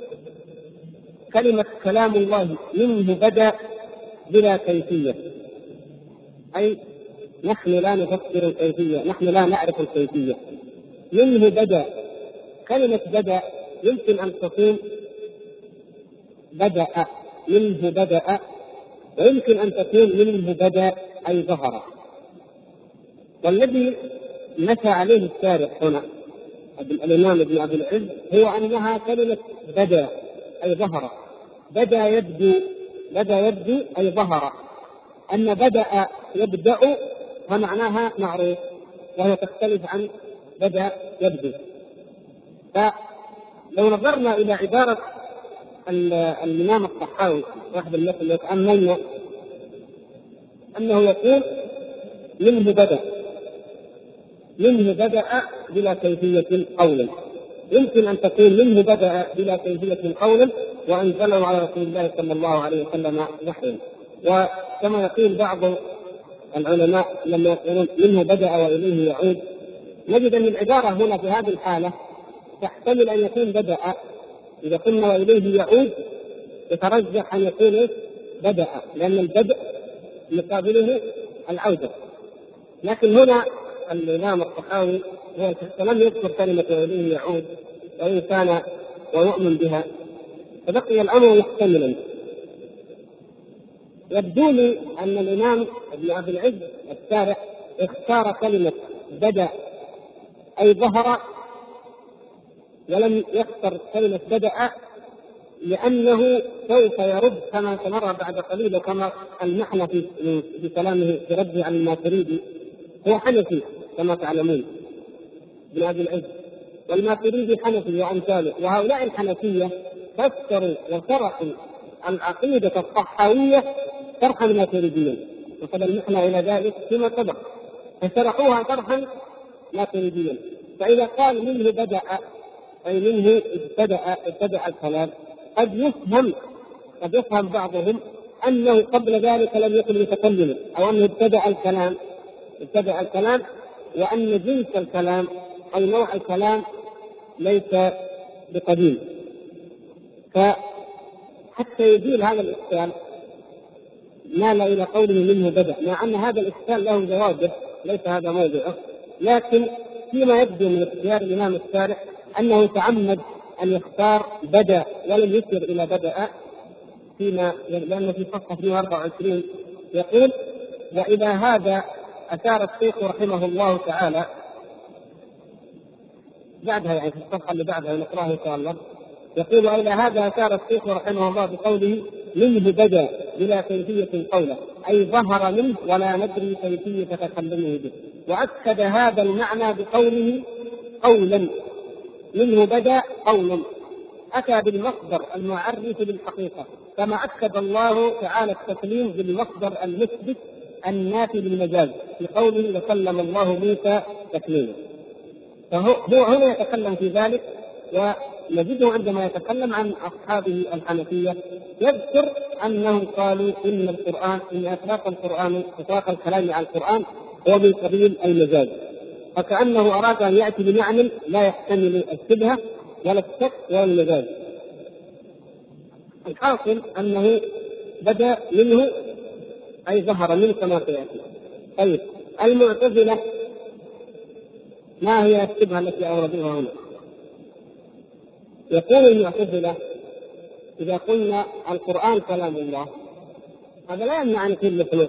كلمة كلام الله منه بدأ بلا كيفية، أي نحن لا نفسر الكيفية، نحن لا نعرف الكيفية. منه بدأ، كلمة بدأ يمكن أن تكون بدأ، منه بدأ، ويمكن أن تكون منه بدأ أي ظهر. والذي نسى عليه الشارح هنا الإمام ابن أبي العز هو أنها كلمة بدأ أي ظهر. بدأ يبدو أي ظهر. أن بدأ يبدأ فمعناها معروف، وهي تختلف عن بدأ يبدو. فلو نظرنا إلى عبارة الإمام الطحاوي صاحب المثل يتأملنا أنه يقول منه بدأ بلا كيفية قولا. يمكن أن تكون منه بدأ بلا كيفية قولا وأنزله على رسول الله صلى الله عليه وسلم وحيا. وكما يقول بعض العلماء لما يقولون منه بدأ وإليه يعود، نجد أن العبارة هنا في هذه الحالة تحتمل أن يكون بدأ، إذا قلنا وإليه يعود يترجح أن يكون بدأ، لأن البدء مقابله العودة. لكن هنا الإمام الطحاوي هو لم يذكر كلمة وإليه يعود، وإن كان ويؤمن بها، فبقي الأمر محتملا. يبدو لي أن الإمام ابن أبي العز الشارح اختار كلمة بدأ أي ظهر، ولم يختر كلمة بدأ، لأنه سوف يرد كما سنرى بعد قليل، وكما المعنى في كلامه في رده عن الماتريدي. هو حنفي كما تعلمون ابن أبي العز، والماتريدي حنفي وأمثاله، وهؤلاء الحنفية فسروا وشرحوا العقيدة الطحاوية شرحا ماتريديا، وقد المحنى إلى ذلك فيما سبق، فشرحوها شرحا ماتريديا. فإذا قال منه بدأ أي منه ابتدأ الكلام، قد يفهم بعضهم أنه قبل ذلك لم يكن متكلما، أو أنه ابتدأ الكلام، وأن جنس الكلام أو نوع الكلام ليس بقديم. فحتى يزيل هذا الإشكال مال إلى قوله منه بدأ، مع أن هذا الإشكال له جوابه، ليس هذا موضوعه. لكن فيما يبدو من اختيار الإمام الشارح أنه تعمد أن يختار بدأ ولم يشر إلى بدأ، لأنه في صفحة 124 يقول وإلى هذا أشار الشيخ رحمه الله تعالى، بعدها يعني في الصفحة اللي بعدها نقرأها إن شاء الله، يقول وإلى هذا أشار الشيخ رحمه الله بقوله منه بدأ بلا كيفية قوله، أي ظهر منه ولا ندري كيفية تكلمه به. وأكد هذا المعنى بقوله قولا، منه بدأ قولا، أتى بالمصدر المعرف بالحقيقة، كما أكد الله تعالى التكليم بالمصدر المثبت النافي للمجاز في قوله وكلم الله موسى تكليما. فهو هنا يتكلم في ذلك ونجده عندما يتكلم عن أصحابه الحنفية يذكر أنهم قالوا إن القرآن، إن إطلاق الكلام على القرآن هو من قبيل المجاز، فكأنه أراد أن يأتي بمعنى لا يحتمل الشبهة ولا الشك ولا المجاز. الحاصل أنه بدأ منه أي ظهر منه كما سيأتي. طيب المعتزلة ما هي الشبهة التي أوردوها هنا؟ يقول المعتزلة إذا قلنا القرآن كلام الله هذا لا يمنع أن يكون مخلوق.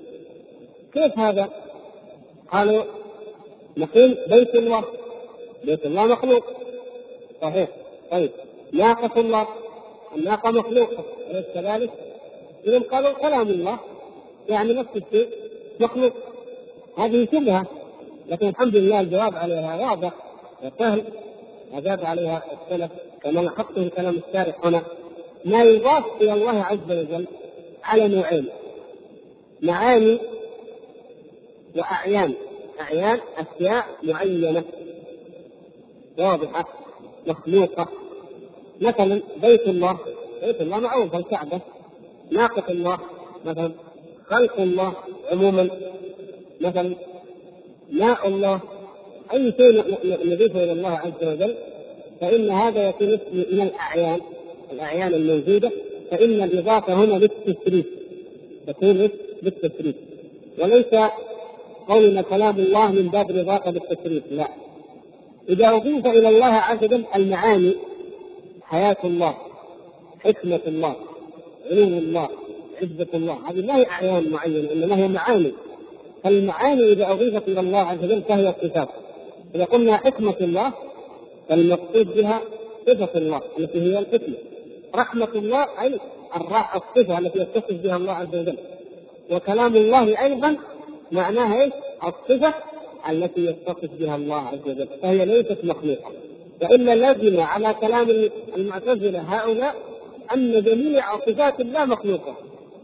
كيف هذا؟ قالوا نقول بيت الله مخلوق، صحيح. طيب ناقة الله، الناقة مخلوقة أليس كذلك؟ إذن قالوا كلام الله يعني نفس الشيء مخلوق. هذه شبهة، لكن الحمد لله الجواب عليها واضح وسهل، أجاب عليها السلف كما لاحظتم كلام الشارح هنا. ما يضاف إلى الله عز وجل على نوعين: معاني وأعيان. أعيان أشياء معينة واضحة مخلوقة، مثلا بيت الله معروف الكعبة، ناقة الله مثلا، خلق الله عموما مثلا، ماء الله، أي شيء نضيفه إلى الله عز وجل فإن هذا يكون من الأعيان الموجودة، فإن الإضافة هنا للتشريف، تكون بالتشريف، وليس قولنا كلام الله من باب الإضافة بالتشريف، لا. إذا أضيف إلى الله عز وجل المعاني، حياة الله، حكمة الله، علم الله، عزة الله، هذه ما هي أعيان معينة إنما هي معاني. فالمعاني إذا أضيفت إلى الله عز وجل فهي الصفات. إذا قلنا حكمة الله فالمقصود بها صفة الله التي هي الحكمة. رحمة الله أي الصفة التي يتصف بها الله عز وجل. وكلام الله أيضا معناها إيش؟ الصفة التي يتصف بها الله عز وجل، فهي ليست مخلوقة. وإلا لازم على كلام المعتزلة هؤلاء أن جميع صفات الله مخلوقة،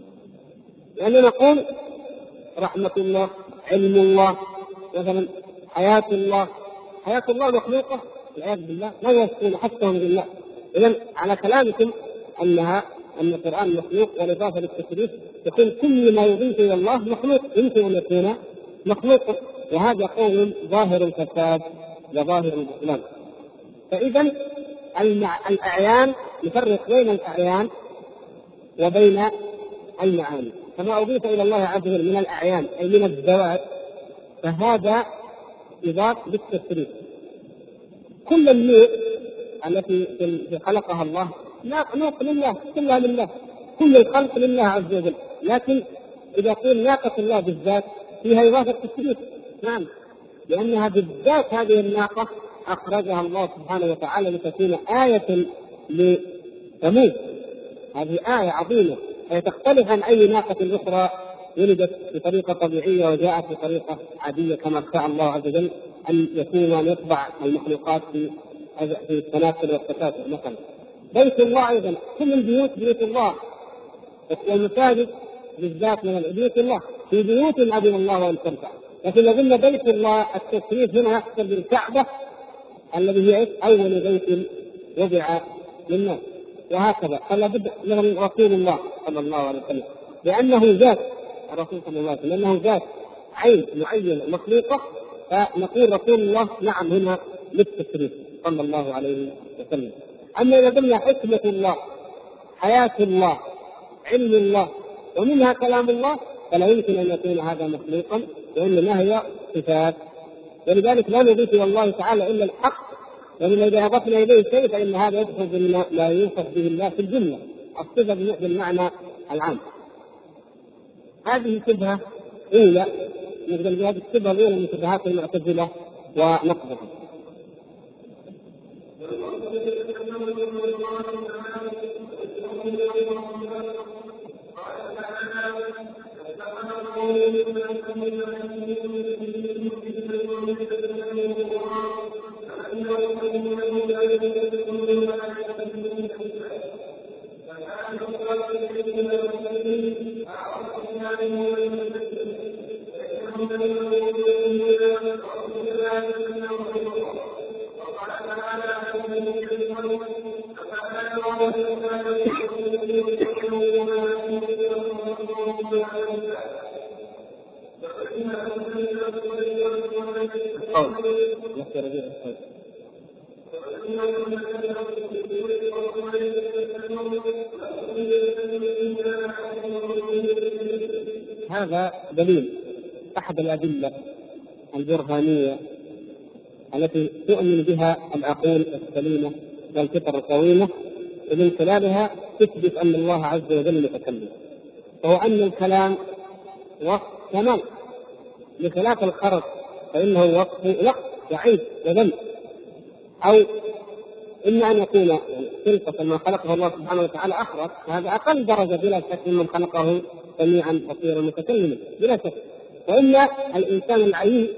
يعني نقول رحمة الله، علم الله مثلا، حياة الله مخلوقة والعياذ بالله، لا يوصفون حتىهم بالله. إذن على كلامكم أن القرآن مخلوق والإضافة للتشريف يكون كل ما يضيف إلى الله مخلوق، يمكن أن يكون مخلوقا، وهذا قول ظاهر الفساد وظاهر الإسلام. فإذا الأعيان نفرق بين الأعيان وبين المعاني. فما أضيف إلى الله عز وجل من الأعيان أي من الذوات فهذا يضاف بالتشريف. كل النوع التي خلقها الله ناقة لله، كلها لله، كل الخلق لله عز وجل. لكن إذا قيل ناقة الله بالذات فيها إضافة التشريف، نعم، لأنها بالذات هذه الناقة أخرجها الله سبحانه وتعالى لتكون آية لثمود. هذه آية عظيمة تختلف عن أي ناقة أخرى ولدت بطريقة طبيعية وجاءت بطريقة عادية كما شاء الله عز وجل أن يكون أن يطبع المخلوقات في التناسل والتكاثر. مثلا بيت الله أيضا، كل البيوت بيت الله، والمساجد بالذات من بيوت الله، في بيوت أذن الله أن ترفع. لكن لو قلنا بيت الله التشريف هنا يحصل بالكعبة الذي هي أول بيت وضع للناس، وهكذا. فلا بد من رسول الله صلى الله عليه وسلم لأنه ذات الرسول صلى الله عليه وسلم، لأنه ذات عين معينة مخلوقة، فنقول رسول الله نعم هنا للتشريف صلى الله عليه وسلم. أما إذا قلنا حكمة الله، حياة الله، علم الله، ومنها كلام الله، فلا يمكن أن يكون هذا مخلوقا، وإنما هي صفات. ولذلك لا نضيف إلى الله تعالى إلا الحق، ومن إذا أضفنا إليه شيء فإن هذا يدخل بما لا يوصف به الله في الجملة، الصفة بالمعنى العام. هذه شبهة أولى، نقدر بهذه الشبهة الأولى من شبهات المعتزلة ونقضها. هذا دليل أحد الأدلة البرهانية التي تؤمن بها العقول السليمة والفطر القويمة، ومن خلالها تثبت أن الله عز وجل متكلم، وهو أن الكلام وصف كمال بخلاف الخرق، فإنه وصف نقص وعيب وذنب، أو إما أن يكون خلقة ما خلقه الله سبحانه وتعالى أخرق، وهذا أقل درجة بلا شك ممن خلقه سميعا بصيرا متكلما بلا شك، وإلا الإنسان العليم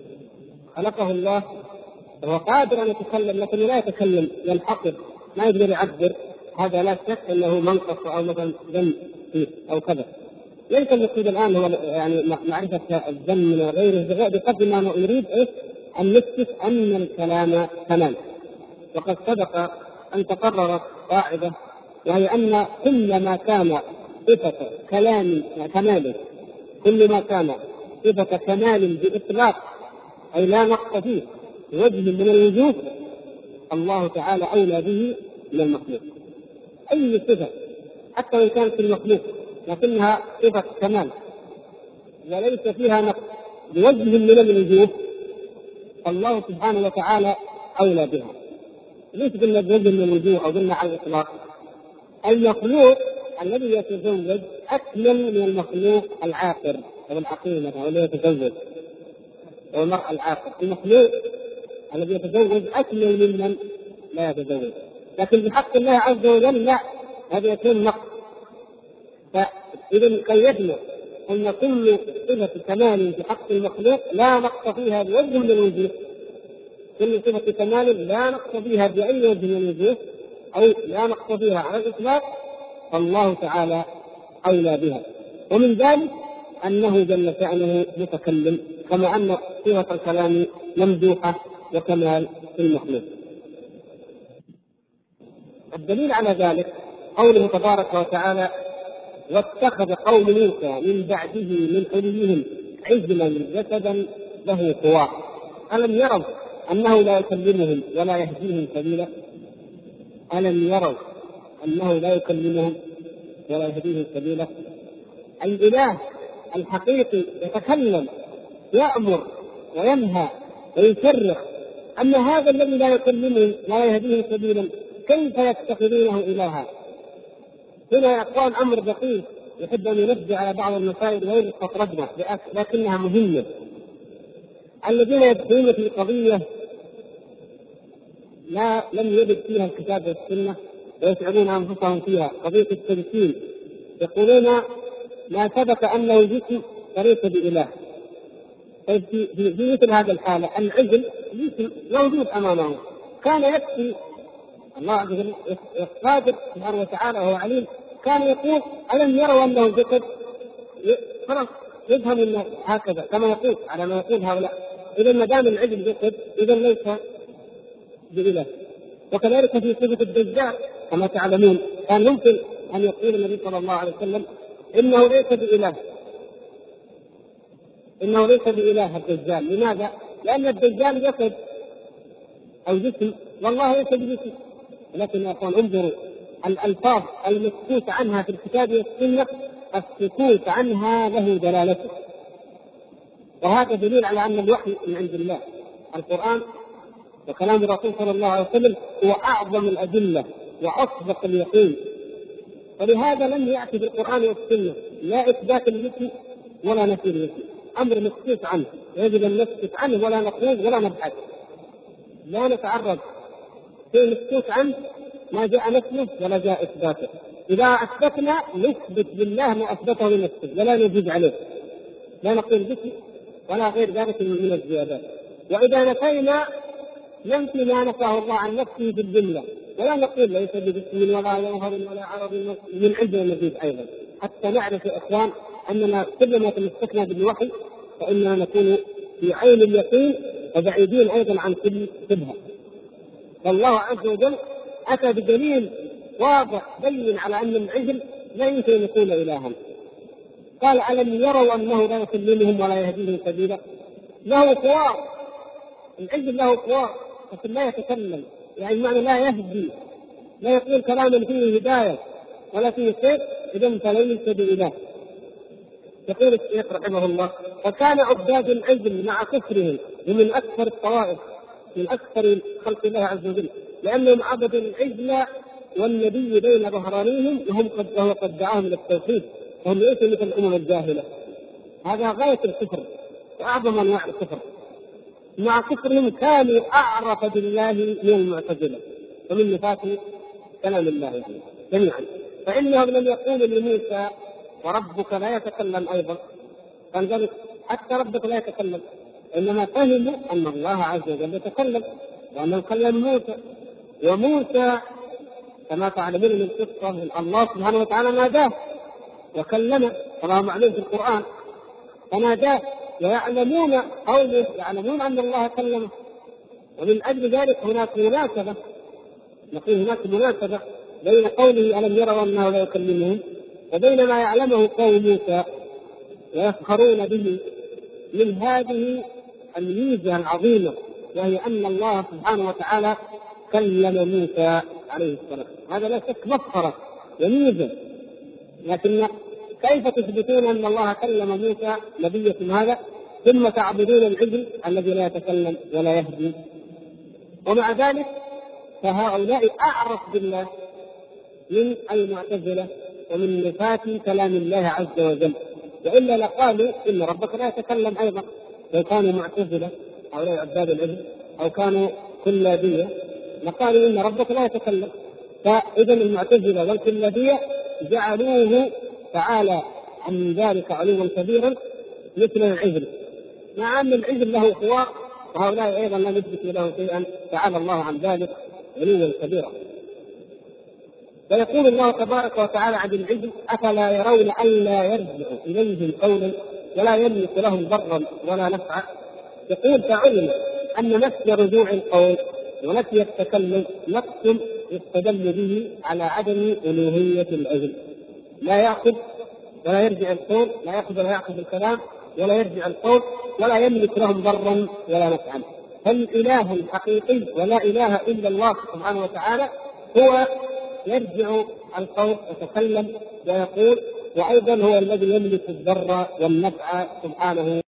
خلقه الله وهو قادر أن يتكلم لكن لا يتكلم، ينحقر ما يقدر يعبر، هذا لا شك أنه منقص أو مثلا ذنب فيه أو كذا. ليس المقصود الآن هو يعني معرفة الذم وغيره، بقدر ما نريد أن نثبت أن الكلام كمال. وقد سبق أن تقررت قاعدة، وهي أن كل ما كان صفة كلام كمال، كل ما كان صفة كمال بإطلاق أي لا نقص فيه وجه من الوجوه، الله تعالى أولى به من المخلوق. أي صفة حتى وإن كانت في المخلوق لكنها صفة كمال وليس فيها نقص بوجه من الوجوه، الله سبحانه وتعالى أولى بها. ليس قلنا بوجه من الوجوه أو قلنا على الإطلاق. المخلوق الذي يتزوج أكمل من المخلوق العاقر أو العقيمة أو الذي يتزوج أو المرأة العاقر. المخلوق الذي يتزوج أكمل ممن لا يتزوج، لكن بحق الله عز وجل لا، هذا يكون نقص. فإذا قيدنا أن كل صفة كمال في حق المخلوق لا نقص فيها بوجه من الوجوه، كل صفة كمال لا نقص فيها بأي وجه من الوجوه أو لا نقص فيها على الإطلاق، فالله تعالى أولى بها. ومن ذلك أنه جل شأنه متكلم، كما أن صفة الكلام ممدوحة وكمال في المخلوق. الدليل على ذلك قوله تبارك وتعالى: واتخذ قوم موسى من بعده من حليهم عجلا جسدا له خوار ألم يروا أنه لا يكلمهم ولا يهديهم سبيلا. ألم يروا أنه لا يكلمهم ولا يهديهم سبيلا. الإله الحقيقي يتكلم، يأمر وينهى ويصرخ، أما هذا الذي لا يكلمهم ولا يهديهم سبيلا كيف يتخذونه إلها؟ هنا يا أخوان أمر دقيق يحب أن ينبه على بعض المسائل وين استطردنا لكنها مهمة. الذين يدخلون في قضية لم يرد فيها الكتاب والسنة ويسعدون أنفسهم فيها، قضية التمثيل، يقولون ما ثبت أنه جسم فليس بإله. في مثل هذا الحالة العجل جسم موجود أمامه، كان يكفي الله عز وجل القادر سبحانه وتعالى وهو عليم، كان يقول ألم يروا أنه جسد، خلاص يفهم أنه هكذا كما يقول على ما يقول هؤلاء. إذا ما دام العجل جسد إذا ليس بإله. وكذلك في صفة الدجال كما تعلمون كان ممكن أن يقول النبي صلى الله عليه وسلم إنه ليس بإله، إنه ليس بإله الدجال. لماذا؟ لأن الدجال جسد أو جسم والله ليس بجسم. لكن يا أخوان انظروا الألفاظ المسكوت عنها في الكتاب والسنة، السكوت عنها له دلالته، وهذا دليل على أن الوحي من عند الله. القرآن وكلام الرسول صلى الله عليه وسلم هو أعظم الأدلة وأصدق اليقين، ولهذا لم يأتي بالقرآن والسنة لا إثبات الجسم ولا نفي الجسم، أمر مسكوت عنه يجب أن نسكت عنه ولا نقول ولا نبحث، لا نتعرض شيء مسكوت عنه ما جاء نفيه ولا جاء إثباته. إذا أثبتنا نثبت بالله ما أثبته لنفسه ولا نزيد عليه، لا نقول جسم ولا غير ذلك من الزيادات. وإذا نفينا ننفي ما نفاه الله عن نفسه في الجملة، ولا نقول ليس بجسم ولا جوهر ولا عرض من عندنا مزيد أيضا، حتى نعرف يا إخوان أننا كلما تمسكنا بالوحي فإننا نكون في عين اليقين وبعيدين أيضا عن كل شبهة. فالله عز وجل أتى بدليل واضح بين على أن العجل لا يمكن أن يكون إلها. قال ألم يروا أنه لا يكلمهم ولا يهديهم سبيلا؟ له خوار، العجل له خوار لكن لا يتكلم، يعني معنى لا يهدي، لا يقول كلاما فيه هداية ولا فيه خير، إذن فليس بإله. يقول الشيخ رحمه الله: فكان عباد العجل مع كفرهم ومن أكثر الطوائف، من أكثر خلق الله عز وجل، لأنهم عبدوا العجل والنبي بين ظهرانيهم وهو قد دعاهم إلى التوحيد، وهم ليسوا مثل الأمم الجاهلة. هذا غاية الكفر وأعظم أنواع الكفر. مع كفرهم كانوا أعرف بالله من المعتزلة ومن نفاة كلام الله يعني جميعا، فإنهم لم يقولوا لموسى وربك لا يتكلم أيضا، فلذلك حتى ربك لا يتكلم، إنما فهموا أن الله عز وجل يتكلم وأنه كلم موسى. وموسى كما تعلمون من القصة الله سبحانه وتعالى ناداه وكلمه كما معلوم في القرآن، فناداه ويعلمون قوله، يعلمون أن الله كلمه. ومن أجل ذلك هناك مناسبة، نقول هناك مناسبة بين قوله ألم يروا أنه لا يكلمهم وبين ما يعلمه قوم موسى ويفخرون به من هذه الميزة العظيمة، وهي أن الله سبحانه وتعالى كلم موسى عليه السلام. هذا لا شك مفخرة وميزة، لكن كيف تثبتون أن الله كلم موسى نبيكم هذا ثم تعبدون العجل الذي لا يتكلم ولا يهدي؟ ومع ذلك فهؤلاء أعرف بالله من المعتزلة ومن نفاة كلام الله عز وجل، وإلا لقالوا إن ربك لا يتكلم أيضا. لو كانوا معتزلة هؤلاء عباد العجل أو كانوا كلابية لقالوا إن ربك لا يتكلم. فإذا المعتزلة والكلابية جعلوه تعالى عن ذلك علوا كبيرا مثل العجل، مع أن العجل له خوار، وهؤلاء أيضا لا نثبت له شيئا، تعالى الله عن ذلك علوا كبيرا. ويقول الله تبارك وتعالى عن العجل: أفلا يرون ألا يرجع إليهم قولا ولا يملك لهم ضرا ولا نفعا. يقول: فعلم أن نفي رجوع القول ونفي التكلم نقص يستدل به على عدم ألوهية العجل، لا يأخذ ولا يرجع القول، لا يأخذ ولا يأخذ الكلام ولا يرجع القول ولا يملك لهم ضرا ولا نفعا. فالإله الحقيقي ولا إله إلا الله سبحانه وتعالى هو يرجع القول ويتكلم ويقول، وأيضا هو الذي يملك الضر والنفع سبحانه